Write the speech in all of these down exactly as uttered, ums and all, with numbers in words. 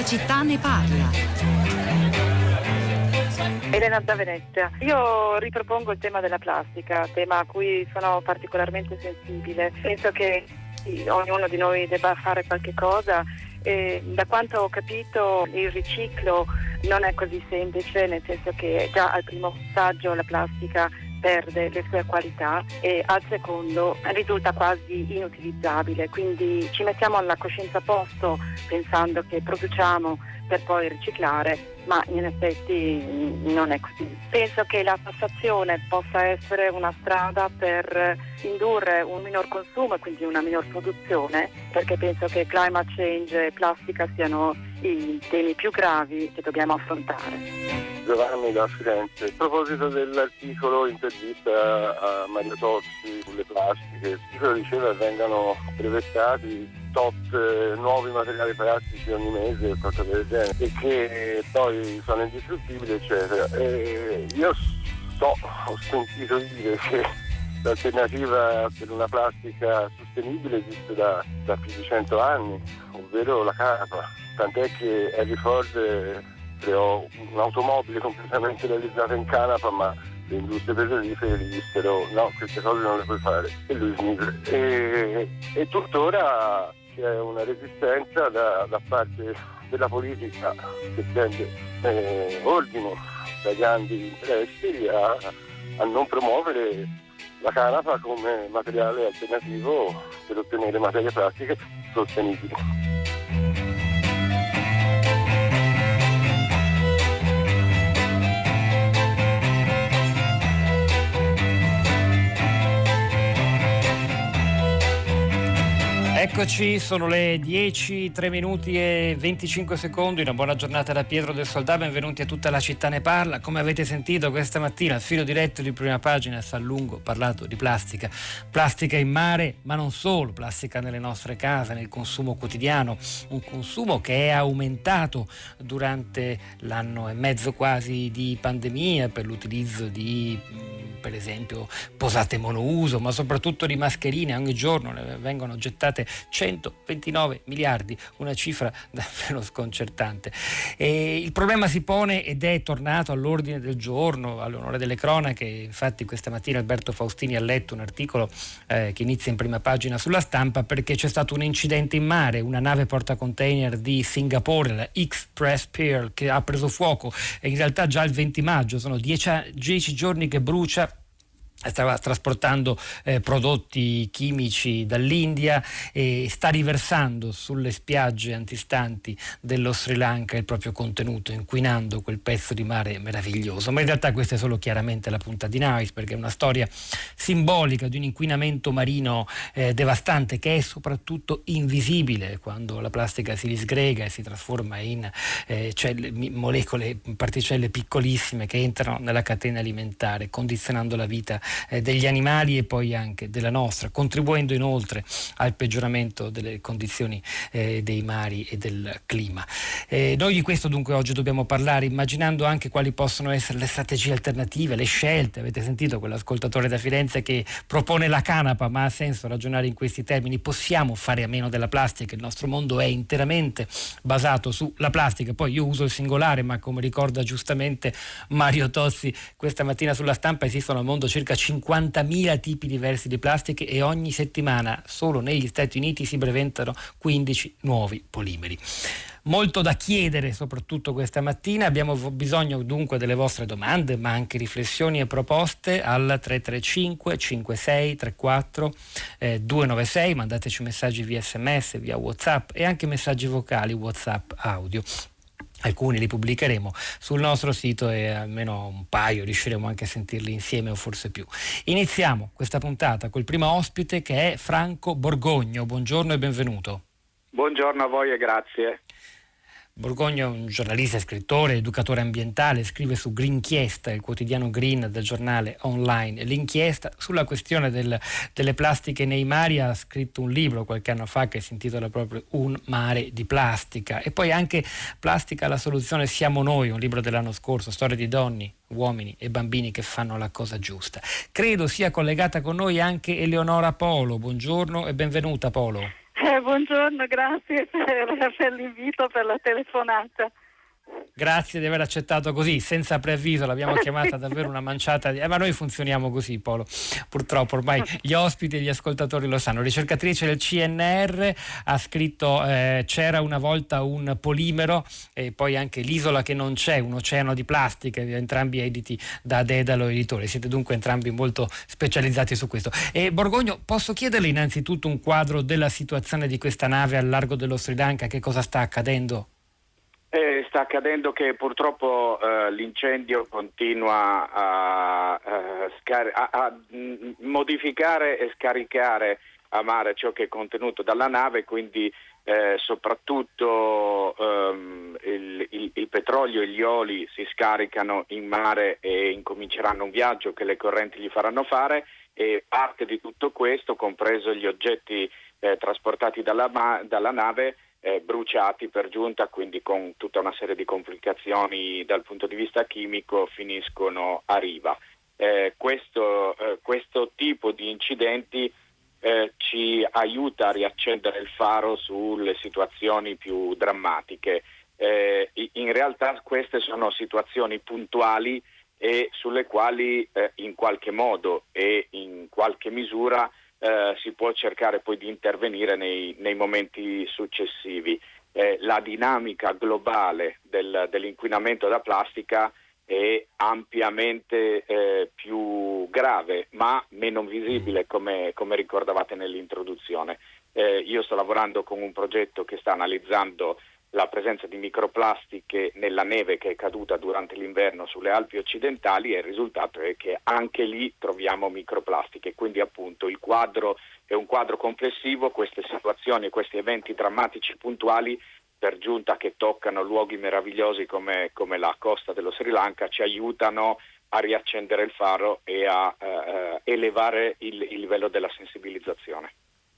città ne parla. Elena da Venezia. Io ripropongo il tema della plastica, tema a cui sono particolarmente sensibile. Penso che ognuno di noi debba fare qualche cosa e da quanto ho capito il riciclo non è così semplice, nel senso che già al primo passaggio la plastica perde le sue qualità e al secondo risulta quasi inutilizzabile, quindi ci mettiamo alla coscienza a posto pensando che produciamo per poi riciclare, ma in effetti non è così. Penso che la tassazione possa essere una strada per indurre un minor consumo e quindi una minor produzione, perché penso che climate change e plastica siano i temi più gravi che dobbiamo affrontare. Giovanni da Firenze. A proposito dell'articolo intervista a Mario Tozzi sulle plastiche, il titolo diceva che vengano brevettati tot eh, nuovi materiali plastici ogni mese o qualcosa del genere e che poi sono indistruttibili eccetera. E io so, ho sentito dire che l'alternativa per una plastica sostenibile esiste da, da più di cento anni, ovvero la canapa, tant'è che Henry Ford creò un'automobile completamente realizzata in canapa, ma le industrie petrolifere gli dissero no, queste cose non le puoi fare, e lui smise. E, e tuttora c'è una resistenza da, da parte della politica che tende eh, ordine dai grandi interessi a, a non promuovere la canapa come materiale alternativo per ottenere materie plastiche sostenibili. Eccoci, sono le dieci, tre minuti e venticinque secondi, una buona giornata da Pietro del Soldà, benvenuti a Tutta la città ne parla. Come avete sentito questa mattina, al filo diretto di Prima Pagina si è a lungo parlato di plastica, plastica in mare, ma non solo, plastica nelle nostre case, nel consumo quotidiano, un consumo che è aumentato durante l'anno e mezzo quasi di pandemia per l'utilizzo di, per esempio, posate monouso, ma soprattutto di mascherine. Ogni giorno ne vengono gettate centoventinove miliardi, una cifra davvero sconcertante. E il problema si pone ed è tornato all'ordine del giorno, all'onore delle cronache. Infatti questa mattina Alberto Faustini ha letto un articolo eh, che inizia in prima pagina sulla Stampa, perché c'è stato un incidente in mare, una nave portacontainer di Singapore, la Express Pearl, che ha preso fuoco e in realtà già il venti maggio, sono dieci, dieci giorni che brucia. Stava trasportando eh, prodotti chimici dall'India e sta riversando sulle spiagge antistanti dello Sri Lanka il proprio contenuto, inquinando quel pezzo di mare meraviglioso. Ma in realtà questa è solo chiaramente la punta di iceberg, è una storia simbolica di un inquinamento marino eh, devastante, che è soprattutto invisibile quando la plastica si disgrega e si trasforma in eh, celle, molecole, particelle piccolissime che entrano nella catena alimentare, condizionando la vita degli animali e poi anche della nostra, contribuendo inoltre al peggioramento delle condizioni eh, dei mari e del clima. Eh, noi di questo dunque oggi dobbiamo parlare, immaginando anche quali possono essere le strategie alternative, le scelte. Avete sentito quell'ascoltatore da Firenze che propone la canapa, ma ha senso ragionare in questi termini? Possiamo fare a meno della plastica? Il nostro mondo è interamente basato sulla plastica. Poi io uso il singolare, ma come ricorda giustamente Mario Tozzi questa mattina sulla Stampa, esistono al mondo circa cinquantamila tipi diversi di plastiche e ogni settimana solo negli Stati Uniti si brevettano quindici nuovi polimeri. Molto da chiedere soprattutto questa mattina, abbiamo bisogno dunque delle vostre domande, ma anche riflessioni e proposte al tre tre cinque cinque sei tre quattro due nove sei, mandateci messaggi via sms, via WhatsApp e anche messaggi vocali WhatsApp audio. Alcuni li pubblicheremo sul nostro sito e almeno un paio riusciremo anche a sentirli insieme o forse più. Iniziamo questa puntata col primo ospite, che è Franco Borgogno. Buongiorno e benvenuto. Buongiorno a voi e grazie. Borgogno è un giornalista, scrittore, educatore ambientale, scrive su Greenchiesta, il quotidiano green del giornale online L'Inchiesta. Sulla questione del, delle plastiche nei mari ha scritto un libro qualche anno fa che si intitola proprio Un mare di plastica, e poi anche Plastica la soluzione siamo noi, un libro dell'anno scorso, storie di donne, uomini e bambini che fanno la cosa giusta. Credo sia collegata con noi anche Eleonora Polo. Buongiorno e benvenuta Polo. Eh, buongiorno, grazie per, per l'invito, per la telefonata. Grazie di aver accettato così, senza preavviso, l'abbiamo chiamata davvero una manciata di... Eh, ma noi funzioniamo così, Polo, purtroppo ormai gli ospiti e gli ascoltatori lo sanno. Ricercatrice del C N R, ha scritto eh, C'era una volta un polimero, e poi anche L'isola che non c'è, un oceano di plastiche, entrambi editi da Dedalo Editore. Siete dunque entrambi molto specializzati su questo. E Borgogno, posso chiederle innanzitutto un quadro della situazione di questa nave al largo dello Sri Lanka? Che cosa sta accadendo? Eh, sta accadendo che purtroppo eh, l'incendio continua a, a, scar- a, a modificare e scaricare a mare ciò che è contenuto dalla nave, quindi eh, soprattutto ehm, il, il, il petrolio e gli oli si scaricano in mare e incominceranno un viaggio che le correnti gli faranno fare, e parte di tutto questo, compreso gli oggetti eh, trasportati dalla, ma- dalla nave, Eh, bruciati per giunta, quindi con tutta una serie di complicazioni dal punto di vista chimico, finiscono a riva. Eh, questo, eh, questo tipo di incidenti eh, ci aiuta a riaccendere il faro sulle situazioni più drammatiche. Eh, in realtà queste sono situazioni puntuali e sulle quali eh, in qualche modo e in qualche misura Eh, si può cercare poi di intervenire nei, nei momenti successivi. Eh, la dinamica globale del, dell'inquinamento da plastica è ampiamente eh, più grave, ma meno visibile, come, come ricordavate nell'introduzione. Eh, io sto lavorando con un progetto che sta analizzando la presenza di microplastiche nella neve che è caduta durante l'inverno sulle Alpi occidentali, e il risultato è che anche lì troviamo microplastiche. Quindi appunto il quadro è un quadro complessivo. Queste situazioni e questi eventi drammatici puntuali, per giunta che toccano luoghi meravigliosi come, come la costa dello Sri Lanka, ci aiutano a riaccendere il faro e a eh, elevare il, il livello della sensibilizzazione.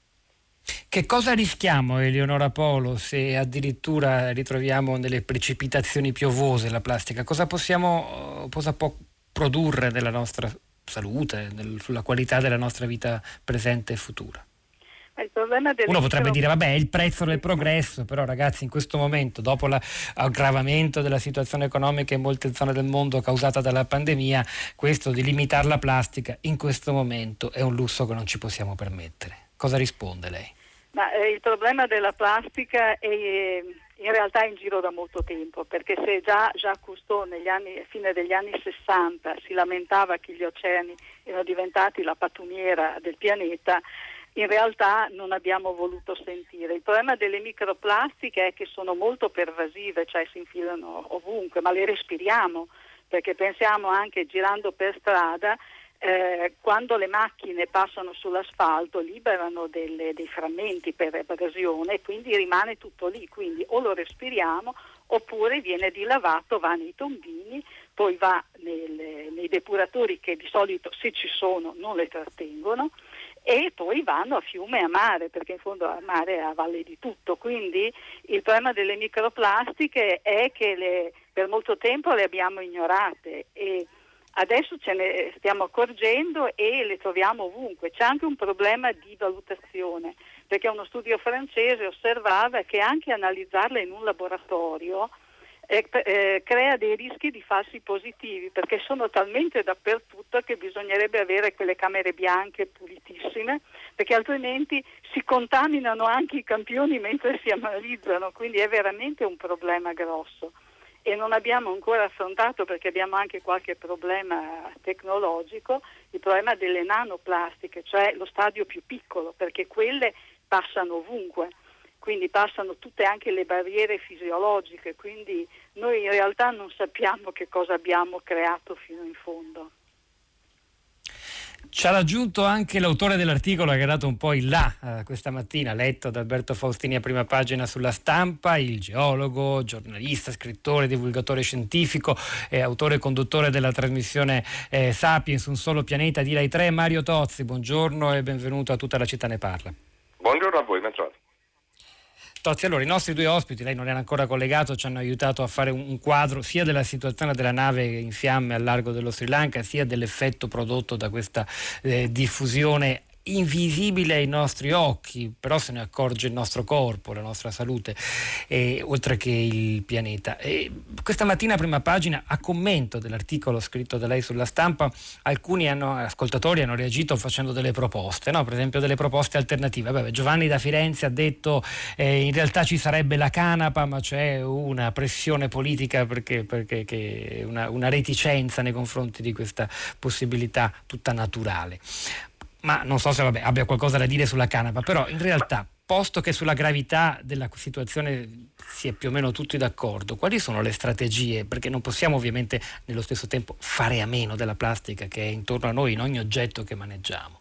Che cosa rischiamo, Eleonora Polo, se addirittura ritroviamo nelle precipitazioni piovose la plastica? Cosa possiamo, cosa può produrre nella nostra salute, nel, sulla qualità della nostra vita presente e futura? Il problema del Uno potrebbe micro... dire, vabbè, è il prezzo del progresso, però ragazzi, in questo momento, dopo l'aggravamento della situazione economica in molte zone del mondo causata dalla pandemia, questo di limitare la plastica in questo momento è un lusso che non ci possiamo permettere. Cosa risponde lei? Ma eh, il problema della plastica è eh, in realtà in giro da molto tempo, perché se già Jacques Cousteau negli anni, fine degli anni sessanta si lamentava che gli oceani erano diventati la pattumiera del pianeta, in realtà non abbiamo voluto sentire. Il problema delle microplastiche è che sono molto pervasive, cioè si infilano ovunque, ma le respiriamo, perché pensiamo anche girando per strada, Eh, quando le macchine passano sull'asfalto liberano delle, dei frammenti per abrasione e quindi rimane tutto lì, quindi o lo respiriamo oppure viene dilavato, va nei tombini, poi va nelle, nei depuratori che di solito, se ci sono, non le trattengono, e poi vanno a fiume e a mare, perché in fondo a mare è a valle di tutto. Quindi il problema delle microplastiche è che le, per molto tempo le abbiamo ignorate e adesso ce ne stiamo accorgendo e le troviamo ovunque. C'è anche un problema di valutazione, perché uno studio francese osservava che anche analizzarle in un laboratorio eh, eh, crea dei rischi di falsi positivi, perché sono talmente dappertutto che bisognerebbe avere quelle camere bianche pulitissime, perché altrimenti si contaminano anche i campioni mentre si analizzano, quindi è veramente un problema grosso. E non abbiamo ancora affrontato, perché abbiamo anche qualche problema tecnologico, il problema delle nanoplastiche, cioè lo stadio più piccolo, perché quelle passano ovunque, quindi passano tutte anche le barriere fisiologiche, quindi noi in realtà non sappiamo che cosa abbiamo creato fino in fondo. Ci ha raggiunto anche l'autore dell'articolo che ha dato un po' in là eh, questa mattina, letto da Alberto Faustini a prima pagina sulla Stampa, il geologo, giornalista, scrittore, divulgatore scientifico e autore e conduttore della trasmissione eh, Sapiens, un solo pianeta di Rai tre, Mario Tozzi. Buongiorno e benvenuto a Tutta la città ne parla. Buongiorno a voi, Mangione. Tozzi, allora i nostri due ospiti, lei non era ancora collegato, ci hanno aiutato a fare un quadro sia della situazione della nave in fiamme al largo dello Sri Lanka, sia dell'effetto prodotto da questa eh, diffusione invisibile ai nostri occhi, però se ne accorge il nostro corpo, la nostra salute, eh, oltre che il pianeta. E questa mattina a Prima Pagina, a commento dell'articolo scritto da lei sulla Stampa, alcuni hanno, ascoltatori hanno reagito facendo delle proposte, no? Per esempio delle proposte alternative. Vabbè, Giovanni da Firenze ha detto eh, in realtà ci sarebbe la canapa, ma c'è una pressione politica perché, perché che una, una reticenza nei confronti di questa possibilità tutta naturale. Ma non so se vabbè, abbia qualcosa da dire sulla canapa, però in realtà, posto che sulla gravità della situazione si è più o meno tutti d'accordo, quali sono le strategie? Perché non possiamo ovviamente nello stesso tempo fare a meno della plastica che è intorno a noi in ogni oggetto che maneggiamo.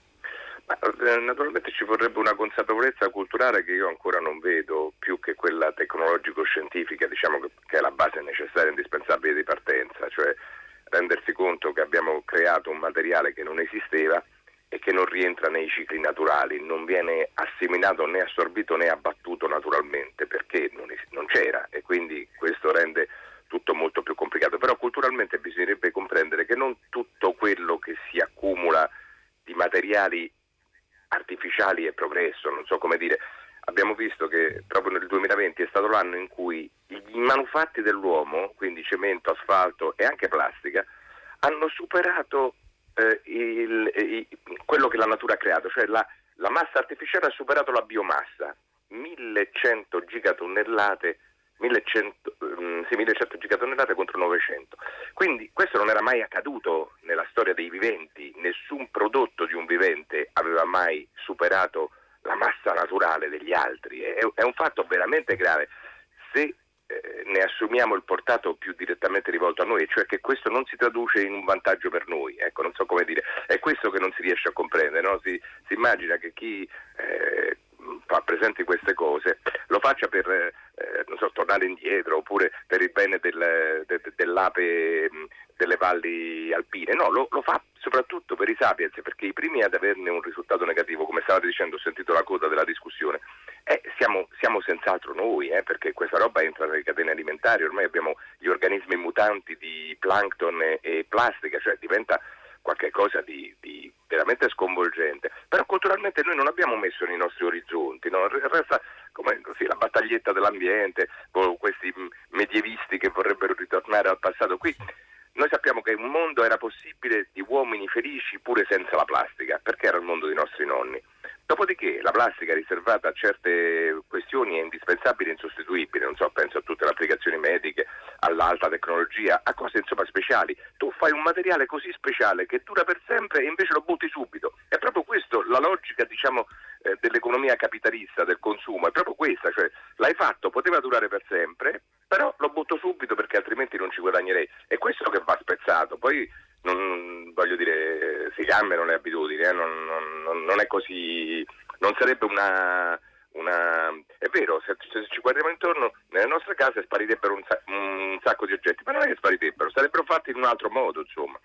Ma, eh, naturalmente ci vorrebbe una consapevolezza culturale che io ancora non vedo, più che quella tecnologico-scientifica, diciamo che, che è la base necessaria e indispensabile di partenza, cioè rendersi conto che abbiamo creato un materiale che non esisteva e che non rientra nei cicli naturali, non viene assimilato né assorbito né abbattuto naturalmente perché non, es- non c'era, e quindi questo rende tutto molto più complicato. Però culturalmente bisognerebbe comprendere che non tutto quello che si accumula di materiali artificiali è progresso, non so come dire. Abbiamo visto che proprio nel duemilaventi è stato l'anno in cui i manufatti dell'uomo, quindi cemento, asfalto e anche plastica, hanno superato eh, il, il, quello che la natura ha creato, cioè la, la massa artificiale ha superato la biomassa, millecento gigatonnellate, millecento, um, sì, millecento gigatonnellate contro novecento. Quindi questo non era mai accaduto nella storia dei viventi, nessun prodotto di un vivente aveva mai superato la massa naturale degli altri. È, è un fatto veramente grave se eh, ne assumiamo il portato più direttamente rivolto a noi, cioè che questo non si traduce in un vantaggio per noi, ecco, non so come dire, è questo che non si riesce a comprendere, no? Si, si immagina che chi eh, fa presenti queste cose lo faccia per eh, non so, tornare indietro oppure per il bene del, de, de, dell'ape mh, delle valli alpine, no, lo, lo fa soprattutto per i sapiens, perché i primi ad averne un risultato negativo, come stavate dicendo, ho sentito la coda della discussione, eh, siamo, siamo senz'altro noi, eh, perché questa roba entra nelle catene alimentari, ormai abbiamo gli organismi mutanti di plankton e, e plastica, cioè diventa qualche cosa di, di veramente sconvolgente. Però culturalmente noi non abbiamo messo nei nostri orizzonti, no? Resta come così la battaglietta dell'ambiente, questi medievisti che vorrebbero ritornare al passato. Qui noi sappiamo che un mondo era possibile di uomini felici pure senza la plastica, perché era il mondo dei nostri nonni. Dopodiché la plastica riservata a certe questioni è indispensabile e insostituibile, non so, penso a tutte le applicazioni mediche, all'alta tecnologia, a cose insomma speciali. Tu fai un materiale così speciale che dura per sempre e invece lo butti subito. È proprio questo la logica, diciamo, eh, dell'economia capitalista, del consumo, è proprio questa, cioè l'hai fatto, poteva durare per sempre, però lo butto subito perché altrimenti non ci guadagnerei. È questo che va spezzato. Poi non voglio dire, si cambiano le abitudini, eh? non, non, non è così, non sarebbe una, una è vero, se, se ci guardiamo intorno nelle nostre case sparirebbero un, un sacco di oggetti, ma non è che sparirebbero, sarebbero fatti in un altro modo, insomma.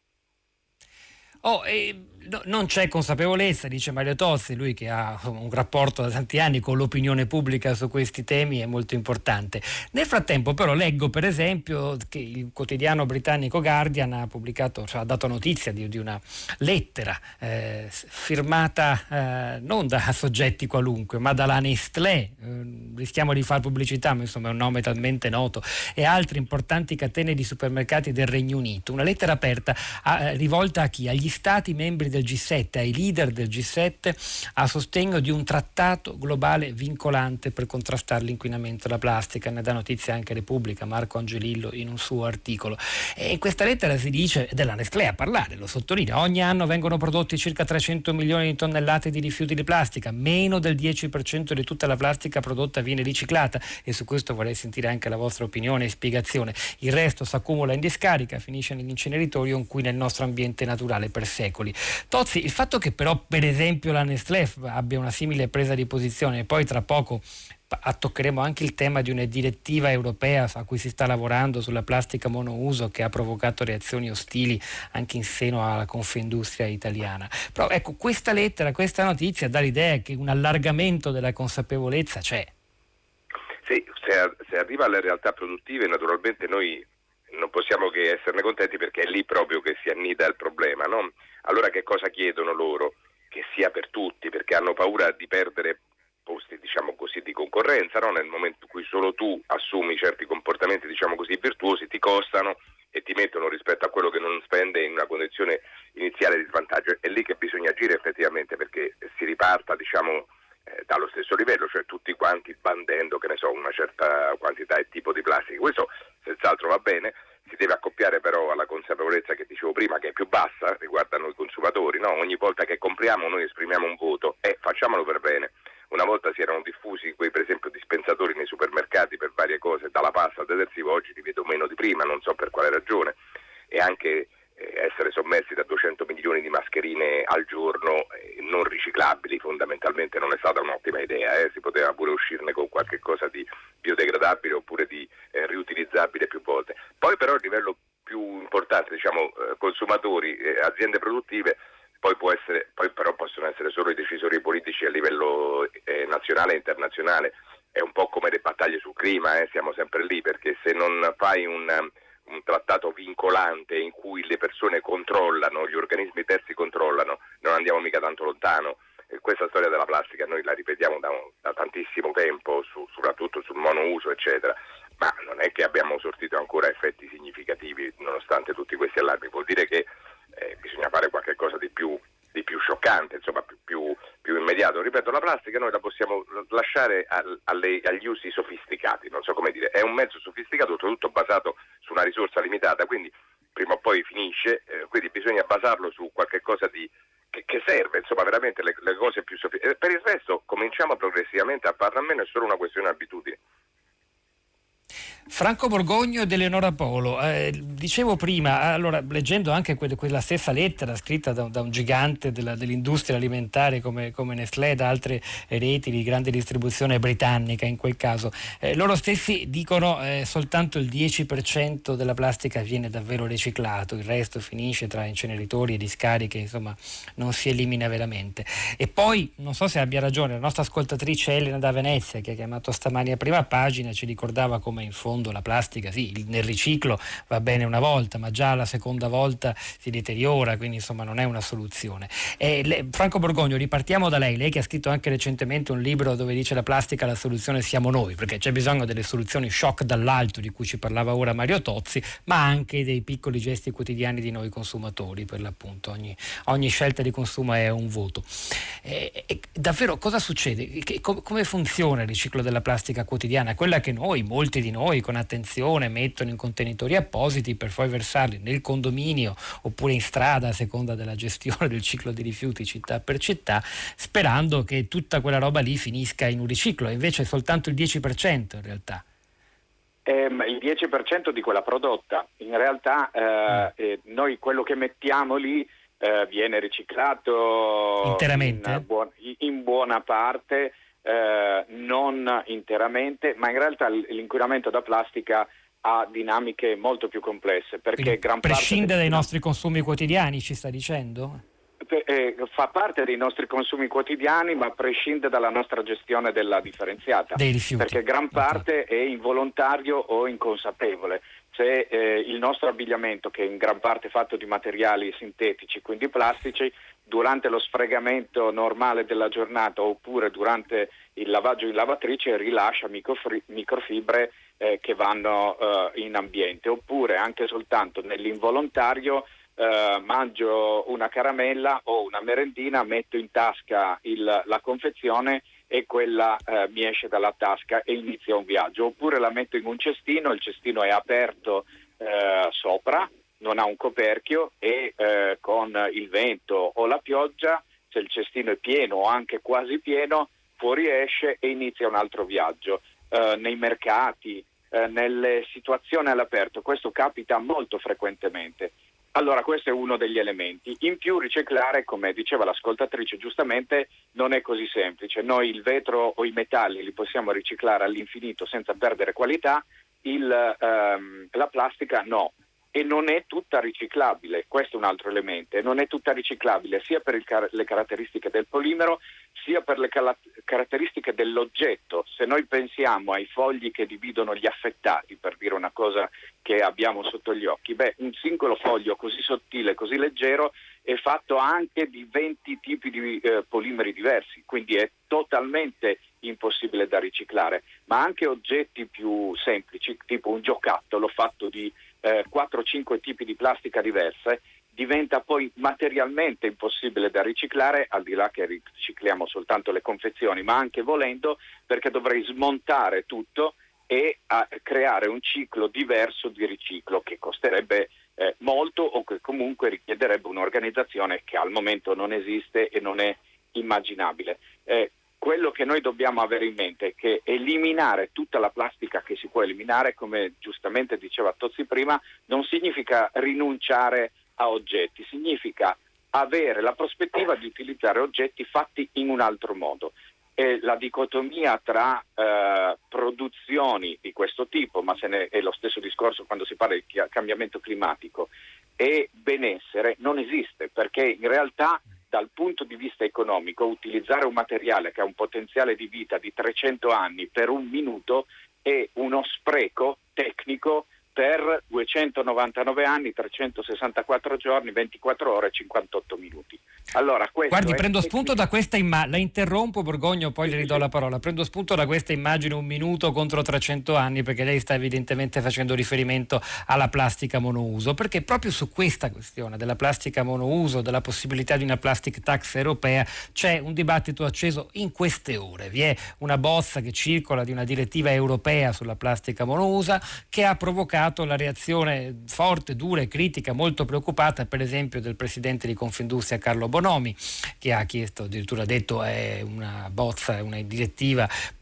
Oh, eh, no, non c'è consapevolezza, dice Mario Tozzi, lui che ha un rapporto da tanti anni con l'opinione pubblica su questi temi, è molto importante. Nel frattempo però leggo per esempio che il quotidiano britannico Guardian ha pubblicato, cioè ha dato notizia di, di una lettera eh, firmata eh, non da soggetti qualunque ma dalla Nestlé, eh, rischiamo di fare pubblicità ma insomma è un nome talmente noto, e altre importanti catene di supermercati del Regno Unito, una lettera aperta a, rivolta a chi? Agli Stati membri del G sette, ai leader del G sette, a sostegno di un trattato globale vincolante per contrastare l'inquinamento della plastica. Ne dà notizia anche Repubblica, Marco Angelillo in un suo articolo. E in questa lettera si dice, della Nestlé a parlare, lo sottolinea, ogni anno vengono prodotti circa trecento milioni di tonnellate di rifiuti di plastica, meno del dieci per cento di tutta la plastica prodotta viene riciclata, e su questo vorrei sentire anche la vostra opinione e spiegazione. Il resto si accumula in discarica, finisce negli inceneritori o qui nel nostro ambiente naturale per secoli. Tozzi, il fatto che però per esempio la Nestlé abbia una simile presa di posizione, e poi tra poco toccheremo anche il tema di una direttiva europea a cui si sta lavorando sulla plastica monouso, che ha provocato reazioni ostili anche in seno alla Confindustria italiana. Però ecco, questa lettera, questa notizia dà l'idea che un allargamento della consapevolezza c'è. Sì, se, se arriva alle realtà produttive naturalmente noi non possiamo che esserne contenti, perché è lì proprio che si annida il problema, no? Allora che cosa chiedono loro? che sia per tutti, perché hanno paura di perdere posti, diciamo così, di concorrenza, no? Nel momento in cui solo tu assumi certi comportamenti, diciamo così, virtuosi, ti costano e ti mettono rispetto a quello che non spende in una condizione iniziale di svantaggio. È lì che bisogna agire effettivamente, perché si riparta, diciamo, eh, dallo stesso livello, cioè tutti quanti bandendo, che ne so, una certa quantità e tipo di plastica. Questo senz'altro va bene, si deve accoppiare però alla consapevolezza che dicevo prima, che è più bassa, riguarda noi consumatori, no? Ogni volta che compriamo noi esprimiamo un voto e facciamolo per bene. Una volta si erano diffusi quei, per esempio, dispensatori nei supermercati per varie cose, dalla pasta al detersivo, oggi li vedo meno di prima, non so per quale ragione, e anche eh, essere sommersi da duecento milioni di mascherine al giorno eh, non riciclabili fondamentalmente non è stata un'ottima idea, eh? Si poteva pure uscirne con qualche cosa di biodegradabile oppure di eh, riutilizzabile più volte. Poi però a livello più importante, diciamo, eh, consumatori, eh, aziende produttive, Poi, può essere, poi però possono essere solo i decisori politici a livello eh, nazionale e internazionale. È un po' come le battaglie sul clima, eh, siamo sempre lì, perché se non fai un, un trattato vincolante in cui le persone controllano, gli organismi terzi controllano, non andiamo mica tanto lontano. E questa storia della plastica noi la ripetiamo da, da tantissimo tempo, su, soprattutto sul monouso, eccetera, ma non è che abbiamo sortito ancora effetti significativi nonostante tutti questi allarmi. Vuol dire che Eh, bisogna fare qualche cosa di più, di più scioccante, insomma più, più, più immediato. Ripeto, la plastica noi la possiamo lasciare al, alle, agli usi sofisticati, non so come dire, è un mezzo sofisticato, tutto basato su una risorsa limitata, quindi prima o poi finisce, eh, quindi bisogna basarlo su qualche cosa di, che, che serve, insomma veramente le, le cose più sofisticate. Per il resto cominciamo progressivamente a farlo, almeno è solo una questione di abitudine. Franco Borgogno ed Eleonora Polo, eh, dicevo prima, allora leggendo anche que- quella stessa lettera scritta da, da un gigante della, dell'industria alimentare come, come Nestlé, da altre reti di grande distribuzione britannica in quel caso, eh, loro stessi dicono eh, soltanto il dieci per cento della plastica viene davvero riciclato, il resto finisce tra inceneritori e discariche, insomma non si elimina veramente. E poi, non so se abbia ragione, la nostra ascoltatrice Elena da Venezia, che ha chiamato stamani a Prima Pagina, ci ricordava come in fondo la plastica sì, nel riciclo va bene una volta, ma già la seconda volta si deteriora, quindi insomma non è una soluzione. E le, Franco Borgogno, ripartiamo da lei, lei che ha scritto anche recentemente un libro dove dice la plastica la soluzione siamo noi, perché c'è bisogno delle soluzioni shock dall'alto di cui ci parlava ora Mario Tozzi, ma anche dei piccoli gesti quotidiani di noi consumatori, per l'appunto ogni, ogni scelta di consumo è un voto. E, e davvero cosa succede? Che, com, come funziona il riciclo della plastica quotidiana? Quella che noi, molti di noi con attenzione mettono in contenitori appositi per poi versarli nel condominio oppure in strada a seconda della gestione del ciclo di rifiuti città per città, sperando che tutta quella roba lì finisca in un riciclo, invece è soltanto il dieci per cento in realtà. Eh, il dieci per cento di quella prodotta, in realtà eh, eh, noi quello che mettiamo lì eh, viene riciclato interamente in, buon, in buona parte. Eh, non interamente, ma in realtà l'inquinamento da plastica ha dinamiche molto più complesse, perché quindi gran prescinde parte dai nostri consumi quotidiani, ci sta dicendo? Eh, fa parte dei nostri consumi quotidiani, ma prescinde dalla nostra gestione della differenziata, dei rifiuti, perché gran parte okay. è involontario o inconsapevole. Se eh, il nostro abbigliamento, che è in gran parte fatto di materiali sintetici, quindi plastici, durante lo sfregamento normale della giornata oppure durante il lavaggio in lavatrice rilascia microfri- microfibre eh, che vanno eh, in ambiente, oppure anche soltanto nell'involontario eh, mangio una caramella o una merendina, metto in tasca il, la confezione e quella eh, mi esce dalla tasca e inizia un viaggio, oppure la metto in un cestino, il cestino è aperto eh, sopra, non ha un coperchio e eh, con il vento o la pioggia, se il cestino è pieno o anche quasi pieno, fuoriesce e inizia un altro viaggio. Eh, nei mercati, eh, nelle situazioni all'aperto, questo capita molto frequentemente. Allora questo è uno degli elementi. In più riciclare, come diceva l'ascoltatrice giustamente, non è così semplice. Noi il vetro o i metalli li possiamo riciclare all'infinito senza perdere qualità, il, ehm, la plastica no. e non è tutta riciclabile, questo è un altro elemento, e non è tutta riciclabile sia per il car- le caratteristiche del polimero sia per le cal- caratteristiche dell'oggetto. Se noi pensiamo ai fogli che dividono gli affettati, per dire una cosa che abbiamo sotto gli occhi, beh, un singolo foglio così sottile, così leggero è fatto anche di venti tipi di eh, polimeri diversi, quindi è totalmente impossibile da riciclare, ma anche oggetti più semplici, tipo un giocattolo fatto di eh, quattro cinque tipi di plastica diverse, diventa poi materialmente impossibile da riciclare, al di là che ricicliamo soltanto le confezioni, ma anche volendo, perché dovrei smontare tutto e a creare un ciclo diverso di riciclo che costerebbe eh, molto o che comunque richiederebbe un'organizzazione che al momento non esiste e non è immaginabile. Eh, quello che noi dobbiamo avere in mente è che eliminare tutta la plastica che si può eliminare, come giustamente diceva Tozzi prima, non significa rinunciare a oggetti, significa avere la prospettiva di utilizzare oggetti fatti in un altro modo. E la dicotomia tra eh, produzioni di questo tipo, ma se ne è lo stesso discorso quando si parla di cambiamento climatico, e benessere non esiste, perché in realtà dal punto di vista economico utilizzare un materiale che ha un potenziale di vita di trecento anni per un minuto è uno spreco tecnico per duecentonovantanove anni, trecentosessantaquattro giorni, ventiquattro ore e cinquantotto minuti. Allora, Guardi, è prendo spunto da questa immagine, la interrompo Borgogno, poi sì, le ridò sì. la parola. Prendo spunto da questa immagine un minuto contro trecento anni, perché lei sta evidentemente facendo riferimento alla plastica monouso, perché proprio su questa questione della plastica monouso, della possibilità di una plastic tax europea, c'è un dibattito acceso in queste ore. Vi è una bozza che circola di una direttiva europea sulla plastica monousa che ha provocato la reazione forte, dura e critica, molto preoccupata, per esempio del presidente di Confindustria Carlo Bonomi, che ha chiesto, addirittura detto è una bozza, è una direttiva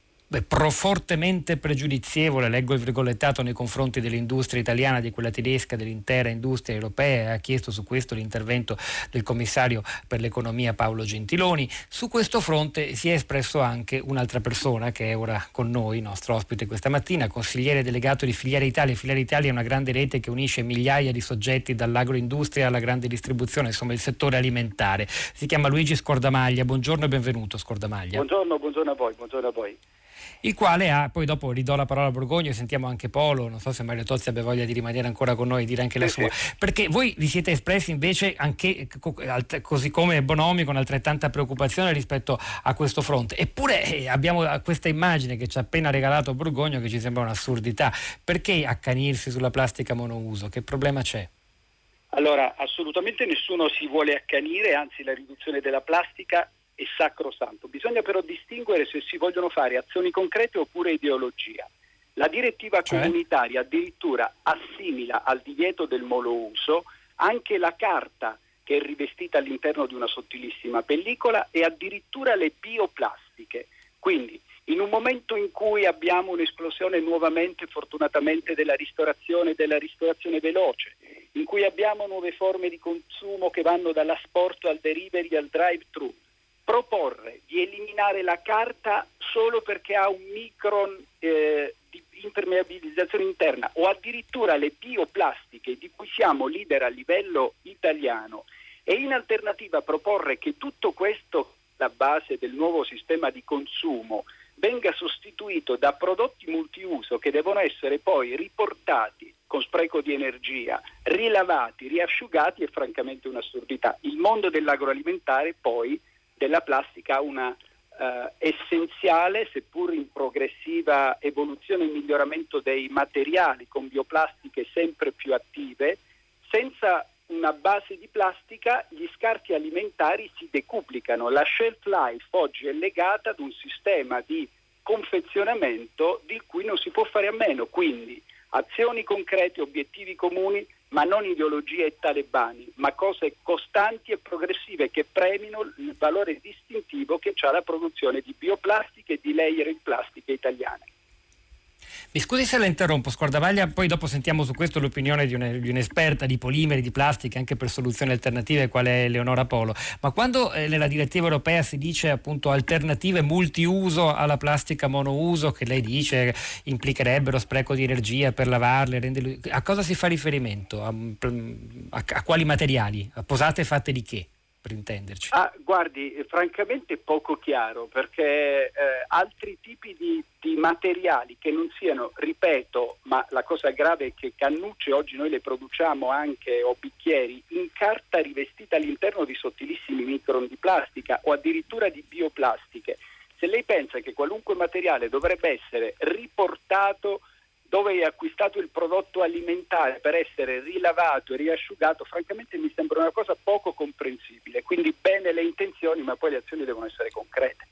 pro fortemente pregiudizievole, leggo il virgolettato, nei confronti dell'industria italiana, di quella tedesca, dell'intera industria europea. Ha chiesto su questo l'intervento del commissario per l'economia Paolo Gentiloni. Su questo fronte si è espresso anche un'altra persona che è ora con noi, nostro ospite questa mattina, consigliere delegato di Filiera Italia. Filiera Italia è una grande rete che unisce migliaia di soggetti dall'agroindustria alla grande distribuzione, insomma il settore alimentare. Si chiama Luigi Scordamaglia. Buongiorno e benvenuto Scordamaglia. Buongiorno, buongiorno a voi, buongiorno a voi. Il quale ha, poi dopo ridò la parola a Borgogno e sentiamo anche Polo, non so se Mario Tozzi abbia voglia di rimanere ancora con noi e dire anche la sua, perché voi vi siete espressi invece anche così come Bonomi con altrettanta preoccupazione rispetto a questo fronte, eppure abbiamo questa immagine che ci ha appena regalato Borgogno che ci sembra un'assurdità. Perché accanirsi sulla plastica monouso? Che problema c'è? Allora, assolutamente nessuno si vuole accanire, anzi la riduzione della plastica è sacrosanto. Bisogna però distinguere se si vogliono fare azioni concrete oppure ideologia. La direttiva cioè? comunitaria addirittura assimila al divieto del monouso anche la carta che è rivestita all'interno di una sottilissima pellicola e addirittura le bioplastiche. Quindi in un momento in cui abbiamo un'esplosione nuovamente fortunatamente della ristorazione della ristorazione veloce, in cui abbiamo nuove forme di consumo che vanno dall'asporto al delivery al drive-thru, proporre di eliminare la carta solo perché ha un micron eh, di impermeabilizzazione interna o addirittura le bioplastiche di cui siamo leader a livello italiano e in alternativa proporre che tutto questo, la base del nuovo sistema di consumo, venga sostituito da prodotti multiuso che devono essere poi riportati con spreco di energia, rilavati, riasciugati, è francamente un'assurdità. Il mondo dell'agroalimentare poi della plastica ha una uh, essenziale, seppur in progressiva evoluzione e miglioramento dei materiali con bioplastiche sempre più attive. Senza una base di plastica gli scarti alimentari si decuplicano. La shelf life oggi è legata ad un sistema di confezionamento di cui non si può fare a meno, quindi azioni concrete, obiettivi comuni, ma non ideologie e talebani, ma cose costanti e progressive che premino il valore distintivo che ha la produzione di bioplastiche e di layer in plastiche italiane. Mi scusi se la interrompo, Scordavaglia, poi dopo sentiamo su questo l'opinione di, un, di un'esperta di polimeri, di plastica, anche per soluzioni alternative, quale è Leonora Polo. Ma quando eh, nella direttiva europea si dice appunto alternative multiuso alla plastica monouso, che lei dice implicherebbero spreco di energia per lavarle, renderle, a cosa si fa riferimento? A, a, a quali materiali? A posate fatte di che? Per intenderci. Ah, guardi, eh, francamente poco chiaro, perché eh, altri tipi di, di materiali che non siano, ripeto, ma la cosa grave è che cannucce oggi noi le produciamo anche, o bicchieri, in carta rivestita all'interno di sottilissimi micron di plastica o addirittura di bioplastiche. Se lei pensa che qualunque materiale dovrebbe essere riportato dove è acquistato il prodotto alimentare per essere rilavato e riasciugato, francamente mi sembra una cosa poco comprensibile. Quindi bene le intenzioni, ma poi le azioni devono essere concrete.